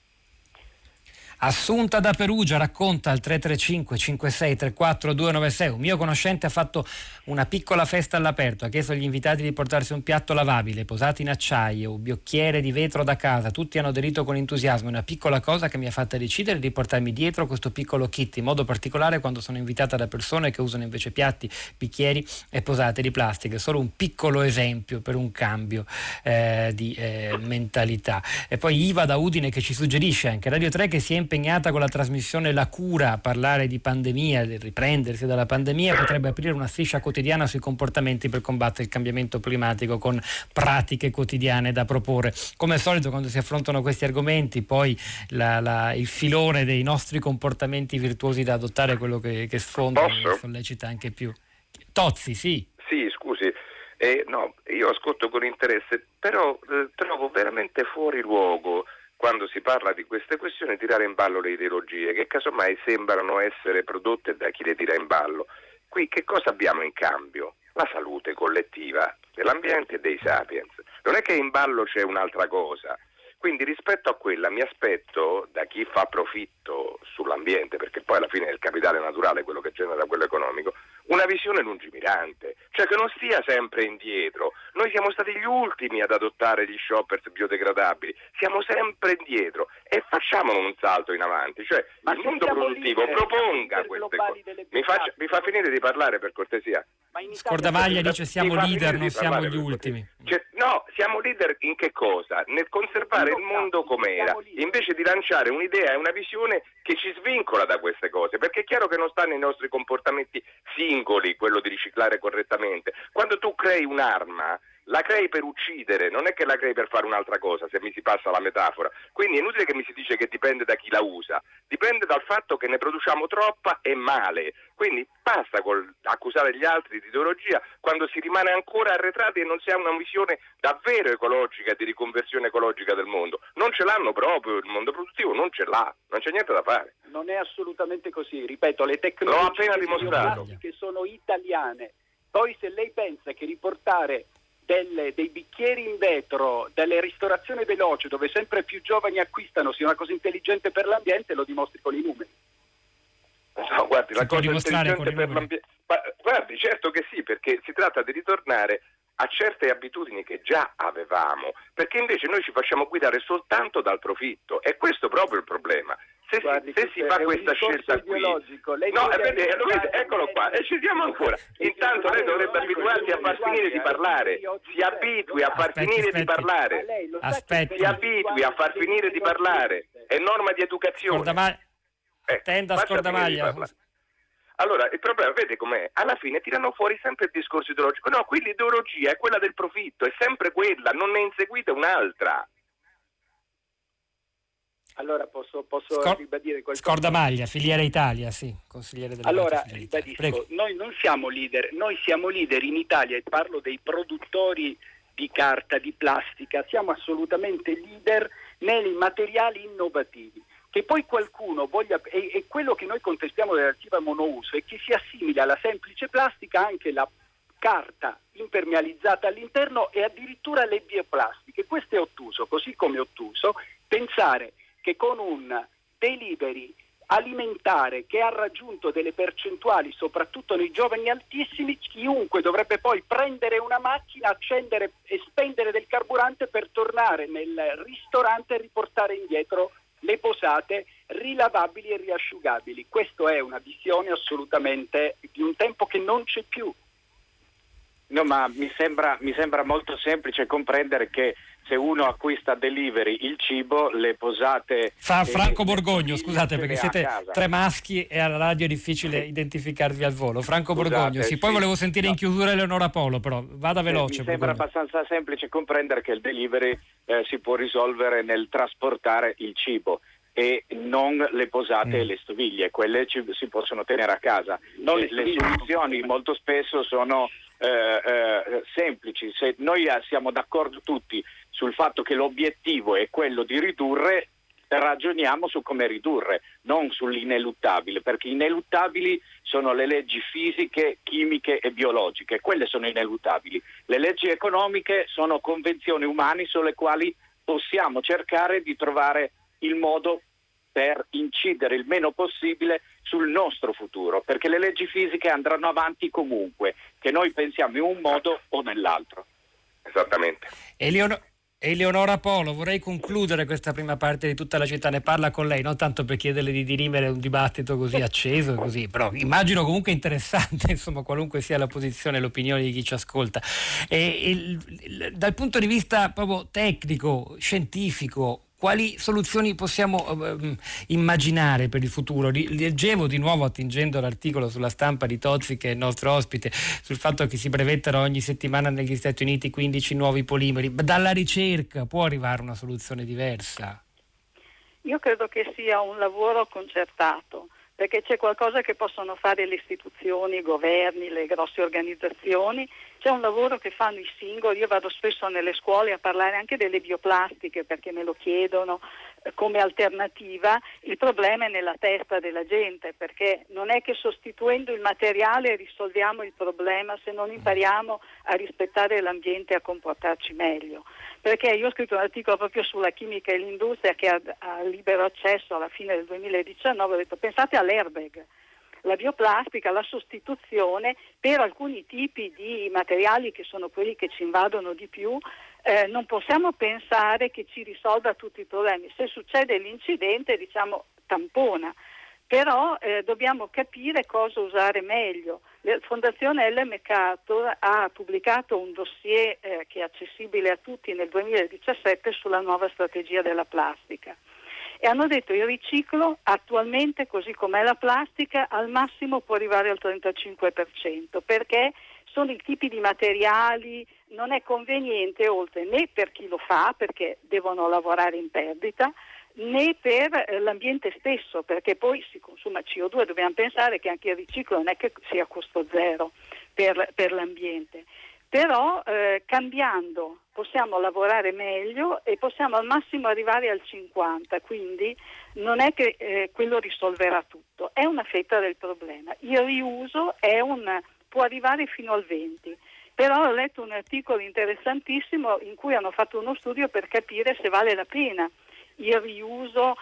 Assunta da Perugia racconta al tre tre cinque cinque sei tre quattro due nove sei: un mio conoscente ha fatto una piccola festa all'aperto, ha chiesto agli invitati di portarsi un piatto lavabile posato in acciaio, un bicchiere di vetro da casa, tutti hanno aderito con entusiasmo. È una piccola cosa che mi ha fatta decidere di portarmi dietro questo piccolo kit, in modo particolare quando sono invitata da persone che usano invece piatti, bicchieri e posate di plastica. È solo un piccolo esempio per un cambio eh, di eh, mentalità. E poi Iva da Udine che ci suggerisce anche Radio tre, che si è impegnata con la trasmissione La Cura a parlare di pandemia, di riprendersi dalla pandemia, potrebbe aprire una striscia quotidiana sui comportamenti per combattere il cambiamento climatico, con pratiche quotidiane da proporre. Come al solito quando si affrontano questi argomenti poi la, la, il filone dei nostri comportamenti virtuosi da adottare è quello che, che sfonda e sollecita anche più. Tozzi, sì. Sì, scusi. Eh, no, io ascolto con interesse, però eh, trovo veramente fuori luogo, quando si parla di queste questioni, tirare in ballo le ideologie che casomai sembrano essere prodotte da chi le tira in ballo. Qui che cosa abbiamo in cambio? La salute collettiva dell'ambiente e dei sapiens. Non è che in ballo c'è un'altra cosa. Quindi rispetto a quella mi aspetto da chi fa profitto sull'ambiente, perché poi alla fine è il capitale naturale quello che genera quello economico, una visione lungimirante, cioè che non stia sempre indietro. Noi siamo stati gli ultimi ad adottare gli shoppers biodegradabili, siamo sempre indietro e facciamo un salto in avanti, cioè ma il mondo produttivo leader, proponga queste cose. Mi, faccia, mi fa finire di parlare per cortesia. Scordavaglia dice siamo leader, non siamo gli ultimi. Cioè, no, siamo leader in che cosa? Nel conservare il mondo com'era, invece di lanciare un'idea e una visione che ci svincola da queste cose, perché è chiaro che non sta nei nostri comportamenti singoli quello di riciclare correttamente. Quando tu crei un'arma, la crei per uccidere, non è che la crei per fare un'altra cosa, se mi si passa la metafora. Quindi è inutile che mi si dice che dipende da chi la usa, dipende dal fatto che ne produciamo troppa e male. Quindi basta col accusare gli altri di ideologia quando si rimane ancora arretrati e non si ha una visione davvero ecologica, di riconversione ecologica del mondo. Non ce l'hanno proprio, il mondo produttivo non ce l'ha, non c'è niente da fare. Non è assolutamente così, ripeto, le tecnologie che sono italiane. Poi se lei pensa che riportare Delle, dei bicchieri in vetro, delle ristorazioni veloci dove sempre più giovani acquistano sia una cosa intelligente per l'ambiente, lo dimostri con i numeri. No, guardi, si la cosa intelligente per l'ambiente, ma, guardi, certo che sì, perché si tratta di ritornare a certe abitudini che già avevamo, perché invece noi ci facciamo guidare soltanto dal profitto, è questo proprio il problema. Se, Guardi, si, se si fa questa scelta qui, no, vede, vede, eccolo qua, e ci siamo ancora. Intanto lei dovrebbe abituarsi a far finire di parlare, si abitui a far aspetti, finire aspetti. di parlare, aspetti. si abitui a far finire di parlare, è norma di educazione. Scordamaglia. Eh, Tenda Scordamaglia. Allora, il problema, vede com'è? Alla fine tirano fuori sempre il discorso ideologico. No, qui l'ideologia è quella del profitto, è sempre quella, non ne inseguite un'altra. Allora posso, posso Scor- ribadire qualcosa? Scordamaglia, Filiera Italia, sì, consigliere della Allora, ribadisco, noi non siamo leader, noi siamo leader in Italia, e parlo dei produttori di carta, di plastica, siamo assolutamente leader nei materiali innovativi. Che poi qualcuno voglia, e, e quello che noi contestiamo dell'archiva monouso è che si assimila alla semplice plastica anche la carta impermeabilizzata all'interno e addirittura le bioplastiche. Questo è ottuso, così come è ottuso pensare che con un delivery alimentare che ha raggiunto delle percentuali, soprattutto nei giovani, altissimi, chiunque dovrebbe poi prendere una macchina, accendere e spendere del carburante per tornare nel ristorante e riportare indietro le posate rilavabili e riasciugabili. Questa è una visione assolutamente di un tempo che non c'è più. No, ma mi sembra, mi sembra molto semplice comprendere che se uno acquista a delivery il cibo, le posate... Fa Franco Borgogno, scusate, perché siete casa. tre maschi e alla radio è difficile identificarvi al volo. Franco Scusate, Borgogno, sì, poi sì. volevo sentire No. in chiusura Eleonora Polo, però vada veloce. Mi sembra Borgogno. abbastanza semplice comprendere che il delivery eh, si può risolvere nel trasportare il cibo e non le posate Mm. e le stoviglie, quelle ci, si possono tenere a casa. Non le, le le stoviglie. soluzioni molto spesso sono eh, eh, semplici. Se noi eh, siamo d'accordo tutti sul fatto che l'obiettivo è quello di ridurre, ragioniamo su come ridurre, non sull'ineluttabile, perché ineluttabili sono le leggi fisiche, chimiche e biologiche, quelle sono ineluttabili. Le leggi economiche sono convenzioni umane sulle quali possiamo cercare di trovare il modo per incidere il meno possibile sul nostro futuro, perché le leggi fisiche andranno avanti comunque, che noi pensiamo in un modo o nell'altro. Esattamente. Eleonora, Eleonora Polo, vorrei concludere questa prima parte di Tutta la città ne parla con lei, non tanto per chiederle di dirimere un dibattito così acceso, così, però immagino comunque interessante, insomma, qualunque sia la posizione e l'opinione di chi ci ascolta. E, il, il, dal punto di vista proprio tecnico, scientifico, quali soluzioni possiamo eh, immaginare per il futuro? Leggevo di nuovo, attingendo l'articolo sulla stampa di Tozzi, che è il nostro ospite, sul fatto che si brevettano ogni settimana negli Stati Uniti quindici nuovi polimeri. Dalla ricerca può arrivare una soluzione diversa? Io credo che sia un lavoro concertato, perché c'è qualcosa che possono fare le istituzioni, i governi, le grosse organizzazioni, c'è un lavoro che fanno i singoli. Io vado spesso nelle scuole a parlare anche delle bioplastiche perché me lo chiedono eh, come alternativa. Il problema è nella testa della gente, perché non è che sostituendo il materiale risolviamo il problema se non impariamo a rispettare l'ambiente e a comportarci meglio. Perché io ho scritto un articolo proprio sulla chimica e l'industria che ha, ha libero accesso alla fine del duemiladiciannove, ho detto pensate all'airbag, la bioplastica, la sostituzione per alcuni tipi di materiali che sono quelli che ci invadono di più, eh, non possiamo pensare che ci risolva tutti i problemi. Se succede l'incidente, diciamo, tampona. Però eh, dobbiamo capire cosa usare meglio. La Fondazione Ellen MacArthur ha pubblicato un dossier eh, che è accessibile a tutti nel duemiladiciassette sulla nuova strategia della plastica e hanno detto che il riciclo attualmente, così com'è la plastica, al massimo può arrivare al trentacinque per cento, perché sono i tipi di materiali, non è conveniente oltre né per chi lo fa, perché devono lavorare in perdita, né per eh, l'ambiente stesso, perché poi si consuma C O due. Dobbiamo pensare che anche il riciclo non è che sia a costo zero per, per l'ambiente, però eh, cambiando possiamo lavorare meglio e possiamo al massimo arrivare al cinquanta, quindi non è che eh, quello risolverà tutto, è una fetta del problema. Il riuso è un, può arrivare fino al venti. Però ho letto un articolo interessantissimo in cui hanno fatto uno studio per capire se vale la pena il riuso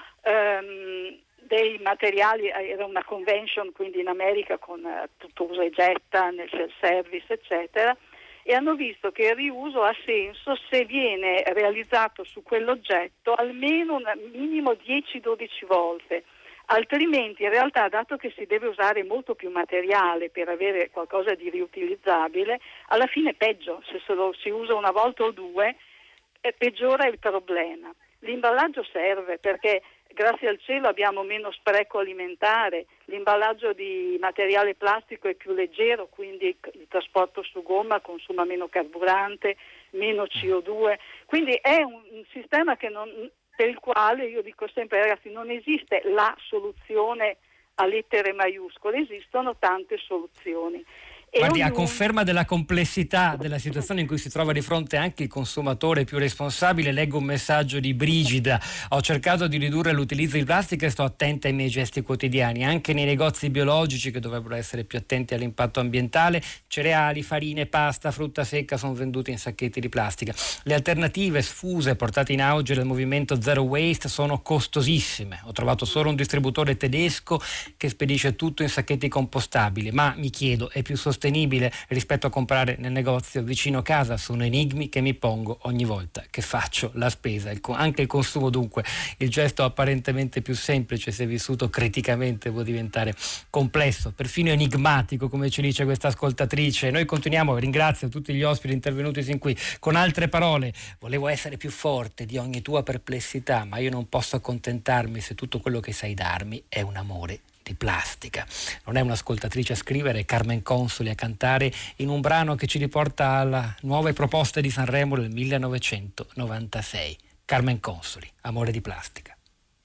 ehm, dei materiali. Era una convention quindi in America con eh, tutto usa e getta nel self-service eccetera, e hanno visto che il riuso ha senso se viene realizzato su quell'oggetto almeno un minimo dieci dodici volte, altrimenti in realtà, dato che si deve usare molto più materiale per avere qualcosa di riutilizzabile, alla fine peggio, se solo si usa una volta o due eh, peggiora il problema. L'imballaggio serve perché grazie al cielo abbiamo meno spreco alimentare, l'imballaggio di materiale plastico è più leggero, quindi il trasporto su gomma consuma meno carburante, meno C O due, quindi è un, un sistema che non, per il quale io dico sempre ragazzi non esiste la soluzione a lettere maiuscole, esistono tante soluzioni. Guardi, a conferma della complessità della situazione in cui si trova di fronte anche il consumatore più responsabile, leggo un messaggio di Brigida: ho cercato di ridurre l'utilizzo di plastica e sto attenta ai miei gesti quotidiani, anche nei negozi biologici che dovrebbero essere più attenti all'impatto ambientale, cereali, farine, pasta, frutta secca sono venduti in sacchetti di plastica. Le alternative sfuse portate in auge dal movimento Zero Waste sono costosissime. Ho trovato solo un distributore tedesco che spedisce tutto in sacchetti compostabili, ma mi chiedo, è più sostenibile sostenibile rispetto a comprare nel negozio vicino casa. Sono enigmi che mi pongo ogni volta che faccio la spesa. Il, anche il consumo, dunque, il gesto apparentemente più semplice, se vissuto criticamente, può diventare complesso, perfino enigmatico, come ci dice questa ascoltatrice. Noi continuiamo, ringrazio tutti gli ospiti intervenuti sin qui, con altre parole. Volevo essere più forte di ogni tua perplessità, ma io non posso accontentarmi se tutto quello che sai darmi è un amore di plastica. Non è un'ascoltatrice a scrivere, è Carmen Consoli a cantare in un brano che ci riporta alle nuove proposte di Sanremo del millenovecentonovantasei. Carmen Consoli, Amore di plastica.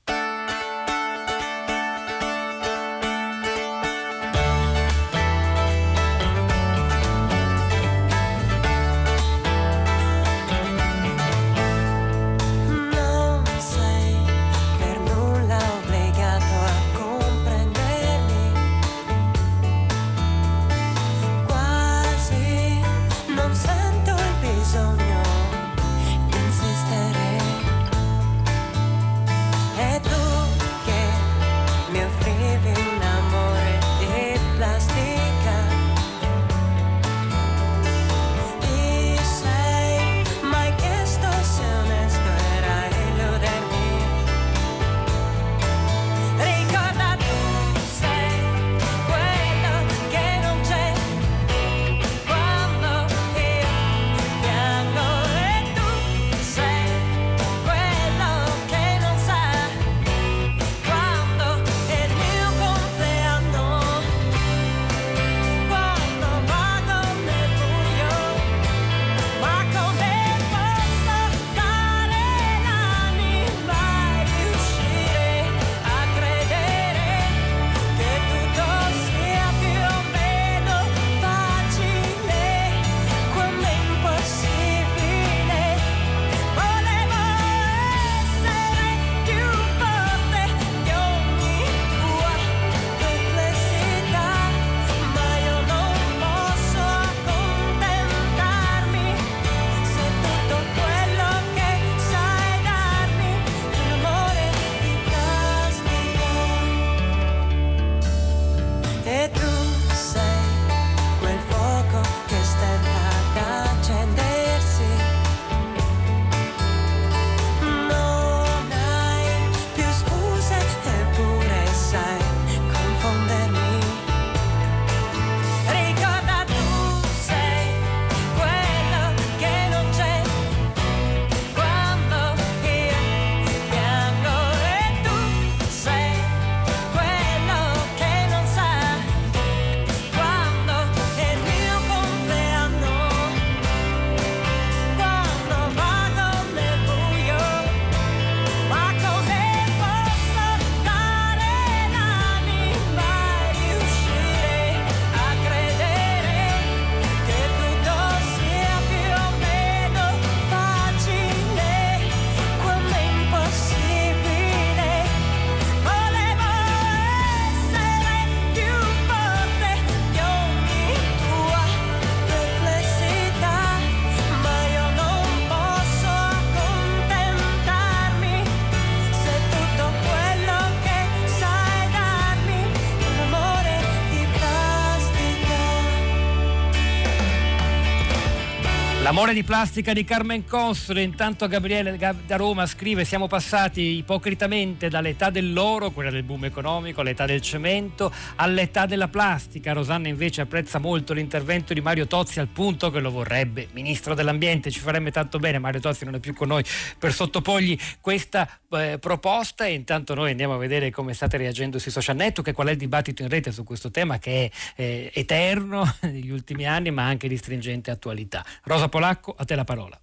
L'amore di plastica di Carmen Consoli. Intanto Gabriele da Roma scrive: siamo passati ipocritamente dall'età dell'oro, quella del boom economico, all'età del cemento, all'età della plastica. Rosanna invece apprezza molto l'intervento di Mario Tozzi, al punto che lo vorrebbe ministro dell'ambiente. Ci farebbe tanto bene, Mario Tozzi non è più con noi per sottoporgli questa eh, proposta. E intanto noi andiamo a vedere come state reagendo sui social network e qual è il dibattito in rete su questo tema, che è eh, eterno negli ultimi anni, ma anche di stringente attualità. Rosa Polacco, a te la parola.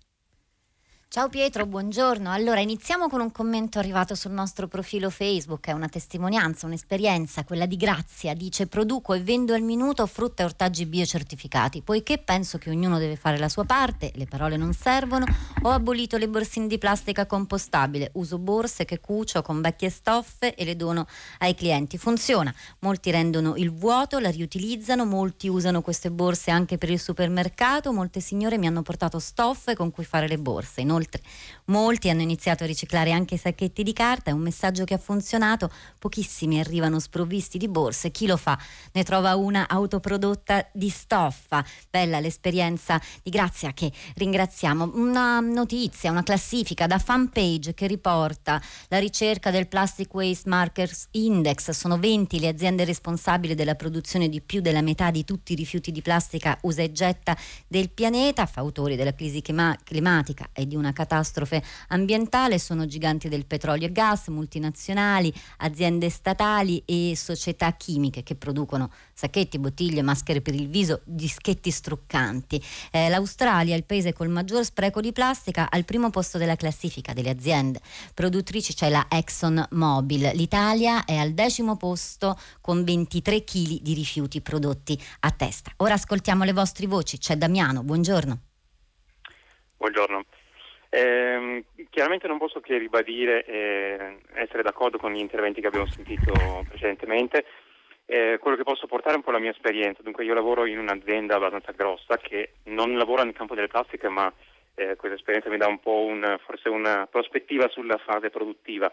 Ciao Pietro, buongiorno. Allora, iniziamo con un commento arrivato sul nostro profilo Facebook. È una testimonianza, un'esperienza, quella di Grazia. Dice: produco e vendo al minuto frutta e ortaggi biocertificati. Poiché penso che ognuno deve fare la sua parte, le parole non servono, ho abolito le borsine di plastica compostabile. Uso borse che cucio con vecchie stoffe e le dono ai clienti. Funziona. Molti rendono il vuoto, la riutilizzano, molti usano queste borse anche per il supermercato. Molte signore mi hanno portato stoffe con cui fare le borse. Inoltre Inoltre molti hanno iniziato a riciclare anche i sacchetti di carta, è un messaggio che ha funzionato, pochissimi arrivano sprovvisti di borse, chi lo fa ne trova una autoprodotta di stoffa. Bella l'esperienza di Grazia, che ringraziamo. Una notizia, una classifica da Fanpage che riporta la ricerca del Plastic Waste Markers Index. Sono venti le aziende responsabili della produzione di più della metà di tutti i rifiuti di plastica usa e getta del pianeta, fautori della crisi climatica e di una catastrofe ambientale. Sono giganti del petrolio e gas, multinazionali, aziende statali e società chimiche che producono sacchetti, bottiglie, maschere per il viso, dischetti struccanti. Eh, L'Australia, il paese col maggior spreco di plastica, al primo posto della classifica delle aziende produttrici c'è la ExxonMobil. L'Italia è al decimo posto con ventitré chili di rifiuti prodotti a testa. Ora ascoltiamo le vostre voci. C'è Damiano, buongiorno. Buongiorno. Eh, chiaramente non posso che ribadire e eh, essere d'accordo con gli interventi che abbiamo sentito precedentemente. Eh, quello che posso portare è un po' la mia esperienza. Dunque, io lavoro in un'azienda abbastanza grossa che non lavora nel campo delle plastiche, ma eh, questa esperienza mi dà un po' un, forse una prospettiva sulla fase produttiva.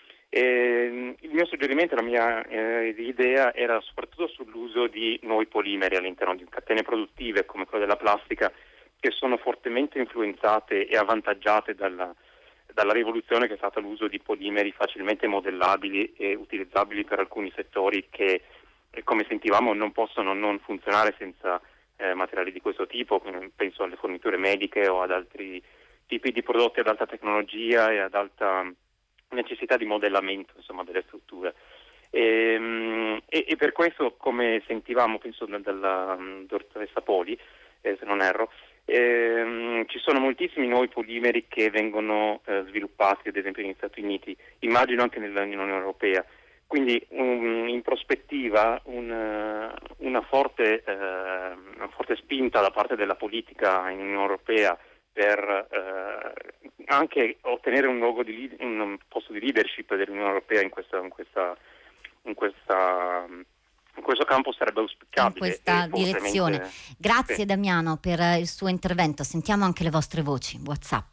Eh, il mio suggerimento, la mia eh, idea era soprattutto sull'uso di nuovi polimeri all'interno di catene produttive come quella della plastica, che sono fortemente influenzate e avvantaggiate dalla, dalla rivoluzione che è stata l'uso di polimeri facilmente modellabili e utilizzabili per alcuni settori che, come sentivamo, non possono non funzionare senza eh, materiali di questo tipo. Penso alle forniture mediche o ad altri tipi di prodotti ad alta tecnologia e ad alta necessità di modellamento, insomma, delle strutture. E, e, e per questo, come sentivamo, penso dalla dottoressa Poli, eh, se non erro, eh, ci sono moltissimi nuovi polimeri che vengono eh, sviluppati, ad esempio negli Stati Uniti, immagino anche nell'Unione Europea. Quindi um, in prospettiva una, una, forte, eh, una forte spinta da parte della politica in Unione Europea per eh, anche ottenere un, luogo di, un posto di leadership dell'Unione Europea in questa, in questa, in questa in questo campo sarebbe auspicabile. In questa direzione. Grazie sì. Damiano per il suo intervento. Sentiamo anche le vostre voci. WhatsApp.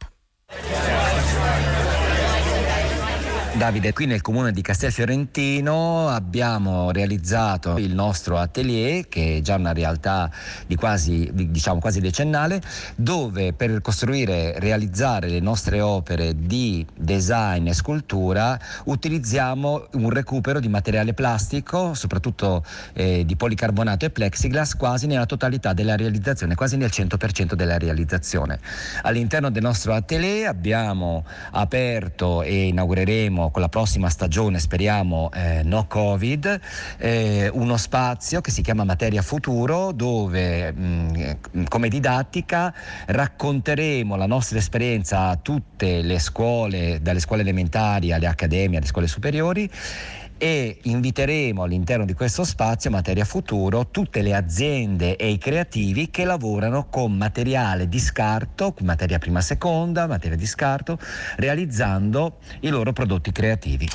Davide, qui nel comune di Castelfiorentino abbiamo realizzato il nostro atelier, che è già una realtà di quasi, diciamo, quasi decennale, dove per costruire e realizzare le nostre opere di design e scultura utilizziamo un recupero di materiale plastico, soprattutto eh, di policarbonato e plexiglass, quasi nella totalità della realizzazione, quasi nel cento per cento della realizzazione. All'interno del nostro atelier abbiamo aperto e inaugureremo con la prossima stagione, speriamo eh, no Covid, eh, uno spazio che si chiama Materia Futuro, dove mh, come didattica racconteremo la nostra esperienza a tutte le scuole, dalle scuole elementari alle accademie, alle scuole superiori, e inviteremo all'interno di questo spazio Materia Futuro tutte le aziende e i creativi che lavorano con materiale di scarto, materia prima seconda, materia di scarto, realizzando i loro prodotti creativi.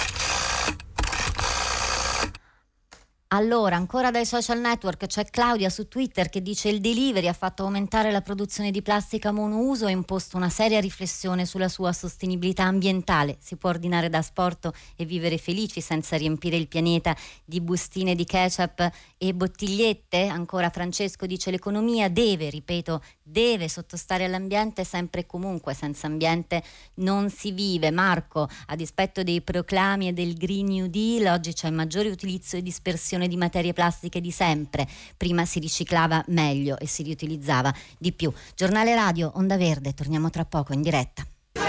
Allora, ancora dai social network c'è Claudia su Twitter che dice: il delivery ha fatto aumentare la produzione di plastica monouso e imposto una seria riflessione sulla sua sostenibilità ambientale. Si può ordinare da asporto e vivere felici senza riempire il pianeta di bustine di ketchup e bottigliette? Ancora Francesco dice: l'economia deve, ripeto, deve sottostare all'ambiente sempre e comunque, senza ambiente non si vive. Marco, a dispetto dei proclami e del Green New Deal, oggi c'è maggiore utilizzo e dispersione di materie plastiche di sempre. Prima si riciclava meglio e si riutilizzava di più. Giornale Radio, Onda Verde, torniamo tra poco in diretta.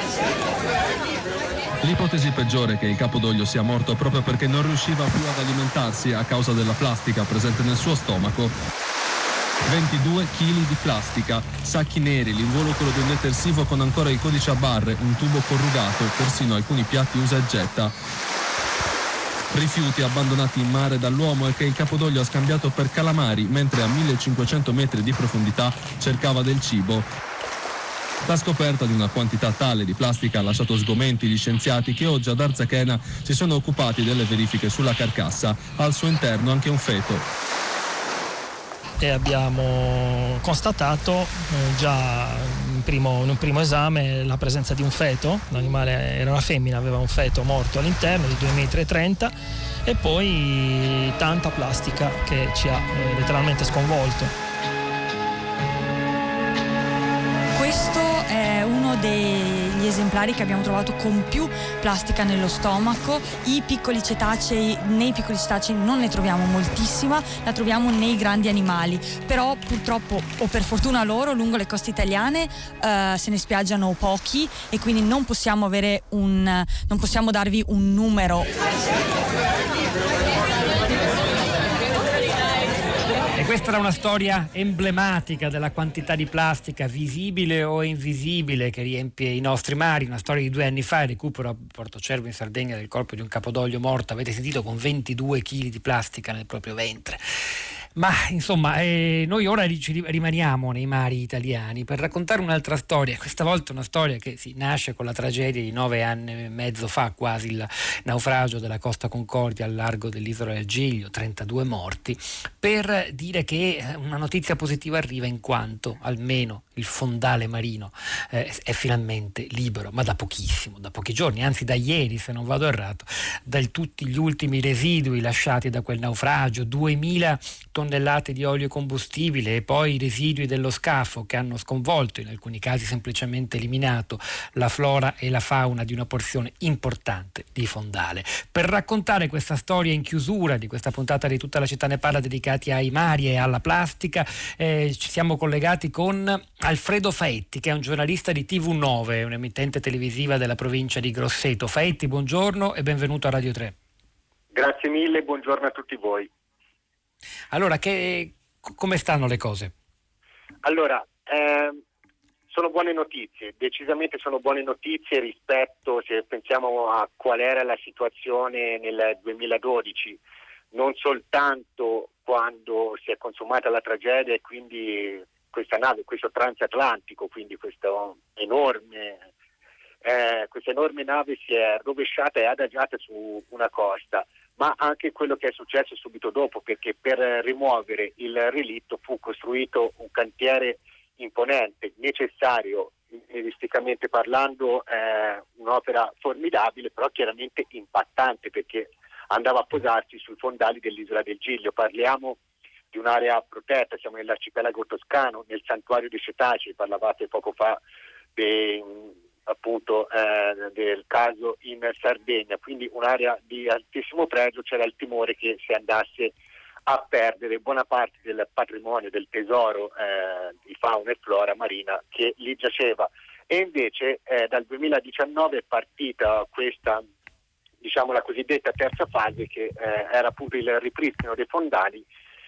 L'ipotesi peggiore è che il Capodoglio sia morto proprio perché non riusciva più ad alimentarsi a causa della plastica presente nel suo stomaco. ventidue chili di plastica, sacchi neri, l'involucro di un detersivo con ancora il codice a barre, un tubo corrugato, persino alcuni piatti usa e getta. Rifiuti abbandonati in mare dall'uomo e che il Capodoglio ha scambiato per calamari mentre a millecinquecento metri di profondità cercava del cibo. La scoperta di una quantità tale di plastica ha lasciato sgomenti gli scienziati che oggi ad Arzachena si sono occupati delle verifiche sulla carcassa, al suo interno anche un feto. e abbiamo constatato eh, già in, primo, in un primo esame la presenza di un feto. L'animale era una femmina, aveva un feto morto all'interno di due virgola trenta metri, e poi tanta plastica che ci ha eh, letteralmente sconvolto. Questo è uno degli esemplari che abbiamo trovato con più plastica nello stomaco. I piccoli cetacei, nei piccoli cetacei non ne troviamo moltissima, la troviamo nei grandi animali, però purtroppo, o per fortuna loro, lungo le coste italiane eh, se ne spiaggiano pochi, e quindi non possiamo avere un non possiamo darvi un numero. E questa era una storia emblematica della quantità di plastica visibile o invisibile che riempie i nostri mari, una storia di due anni fa, il recupero a Portocervo in Sardegna del corpo di un capodoglio morto, avete sentito, con ventidue chili di plastica nel proprio ventre. Ma insomma, eh, noi ora ci rimaniamo nei mari italiani per raccontare un'altra storia, questa volta una storia che si nasce con la tragedia di nove anni e mezzo fa, quasi, il naufragio della Costa Concordia al largo dell'isola del Giglio, trentadue morti, per dire che una notizia positiva arriva, in quanto almeno il fondale marino eh, è finalmente libero, ma da pochissimo, da pochi giorni, anzi da ieri, se non vado errato, da tutti gli ultimi residui lasciati da quel naufragio, duemila tonnellate di olio combustibile, e poi i residui dello scafo che hanno sconvolto, in alcuni casi semplicemente eliminato, la flora e la fauna di una porzione importante di fondale. Per raccontare questa storia in chiusura di questa puntata di Tutta la città ne parla, dedicati ai mari e alla plastica, eh, ci siamo collegati con Alfredo Faetti, che è un giornalista di T V nove, un'emittente televisiva della provincia di Grosseto. Faetti, buongiorno e benvenuto a Radio tre. Grazie mille, buongiorno a tutti voi. Allora, che, come stanno le cose? Allora, eh, sono buone notizie, decisamente sono buone notizie rispetto, se pensiamo a qual era la situazione nel duemiladodici, non soltanto quando si è consumata la tragedia e quindi questa nave, questo transatlantico, quindi questo enorme, eh, questa enorme nave si è rovesciata e adagiata su una costa, ma anche quello che è successo subito dopo, perché per rimuovere il relitto fu costruito un cantiere imponente, necessario, realisticamente parlando, eh, un'opera formidabile, però chiaramente impattante, perché andava a posarsi sui fondali dell'isola del Giglio. Parliamo di un'area protetta, siamo nell'arcipelago toscano, nel santuario dei cetacei, parlavate poco fa de, appunto eh, del caso in Sardegna, quindi un'area di altissimo pregio. C'era il timore che si andasse a perdere buona parte del patrimonio, del tesoro eh, di fauna e flora marina che lì giaceva, e invece eh, dal duemiladiciannove è partita questa, diciamo, la cosiddetta terza fase, che eh, era appunto il ripristino dei fondali,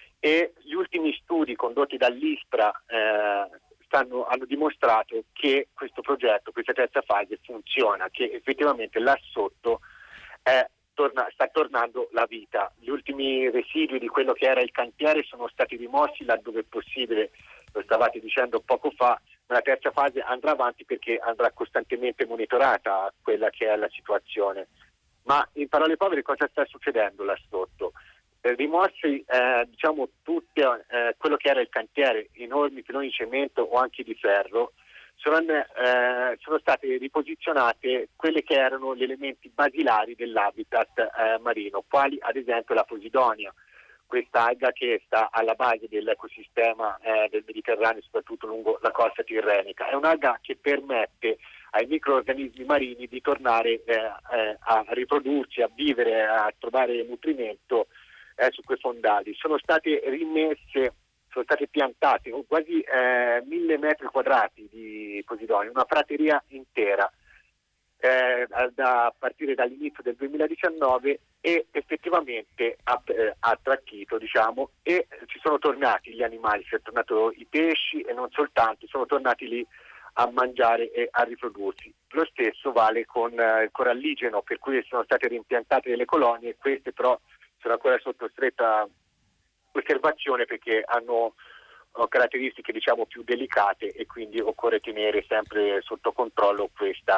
e gli ultimi studi condotti dall'ISPRA eh, stanno, hanno dimostrato che questo progetto, questa terza fase funziona, che effettivamente là sotto è, torna, sta tornando la vita. Gli ultimi residui di quello che era il cantiere sono stati rimossi laddove è possibile, lo stavate dicendo poco fa, ma la terza fase andrà avanti perché andrà costantemente monitorata quella che è la situazione. Ma in parole povere cosa sta succedendo là sotto? Eh, rimossi eh, diciamo tutto eh, quello che era il cantiere, enormi filoni di cemento o anche di ferro, sono, eh, sono state riposizionate quelle che erano gli elementi basilari dell'habitat eh, marino, quali ad esempio la Posidonia, questa alga che sta alla base dell'ecosistema eh, del Mediterraneo, soprattutto lungo la costa tirrenica. È un'alga che permette ai microorganismi marini di tornare eh, eh, a riprodursi, a vivere, a trovare nutrimento eh, su quei fondali. Sono state rimesse, sono state piantate quasi eh, mille metri quadrati di Posidonia, una prateria intera eh, da a partire dall'inizio del duemiladiciannove, e effettivamente ha eh, attracchito, diciamo, e ci sono tornati gli animali, sono tornati i pesci e non soltanto, sono tornati lì a mangiare e a riprodursi. Lo stesso vale con eh, il coralligeno, per cui sono state rimpiantate delle colonie, queste però sono ancora sotto stretta osservazione perché hanno oh, caratteristiche, diciamo, più delicate, e quindi occorre tenere sempre sotto controllo questa,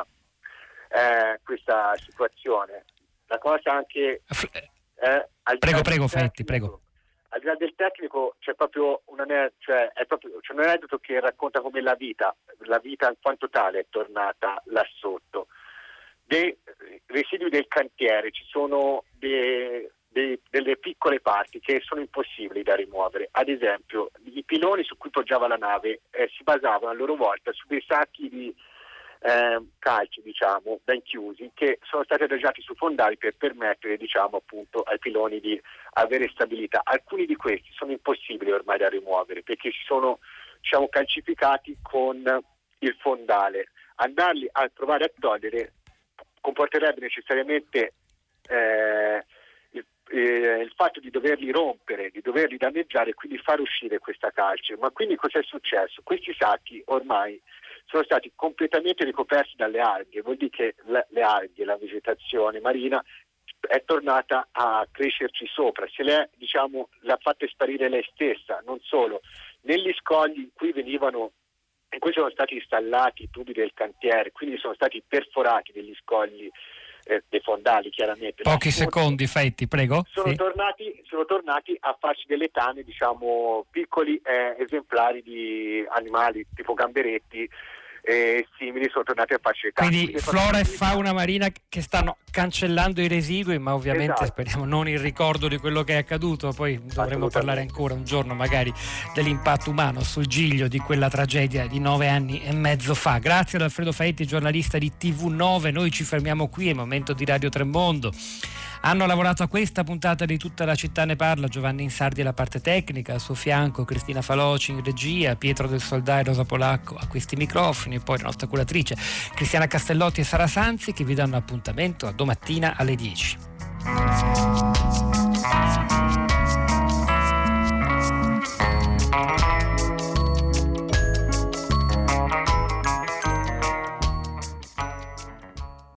eh, questa situazione. La cosa anche eh, prego prego Fetti, prego. al di là del tecnico c'è proprio un ane- cioè è proprio c'è un aneddoto che racconta come la vita, la vita in quanto tale è tornata là sotto. Dei residui del cantiere, ci sono dei, dei, delle piccole parti che sono impossibili da rimuovere. Ad esempio, i piloni su cui poggiava la nave eh, si basavano a loro volta su dei sacchi di eh, calci, diciamo, ben chiusi, che sono stati adagiati su fondali per permettere, diciamo, appunto, ai piloni di avere stabilità. Alcuni di questi sono impossibili ormai da rimuovere perché si sono, diciamo, calcificati con il fondale. Andarli a provare a togliere comporterebbe necessariamente eh, il, eh, il fatto di doverli rompere, di doverli danneggiare e quindi far uscire questa calce. Ma quindi cos'è successo? Questi sacchi ormai sono stati completamente ricoperti dalle alghe, vuol dire che le, le alghe, la vegetazione marina è tornata a crescerci sopra, se l'è, diciamo, l'ha fatta sparire lei stessa. Non solo, negli scogli in cui venivano in cui sono stati installati i tubi del cantiere, quindi sono stati perforati degli scogli eh, dei fondali, chiaramente. Pochi secondi, Fetti, prego. Sono, sì. tornati, sono tornati a farci delle tane, diciamo, piccoli eh, esemplari di animali tipo gamberetti e simili, sono tornati a farci le tane. Quindi Quindi flora e fauna marina che stanno cancellando i residui, ma ovviamente esatto. speriamo non il ricordo di quello che è accaduto. Poi dovremo parlare ancora un giorno magari dell'impatto umano sul Giglio di quella tragedia di nove anni e mezzo fa. Grazie ad Alfredo Fetti, giornalista di T V nove. Noi ci fermiamo qui, è il momento di Radio Tremondo. Hanno lavorato a questa puntata di Tutta la città ne parla Giovanni Insardi alla parte tecnica, al suo fianco Cristina Faloci in regia, Pietro del Soldà e Rosa Polacco a questi microfoni, e poi la nostra curatrice Cristiana Castellotti e Sara Sanzi, che vi danno appuntamento a domattina alle dieci.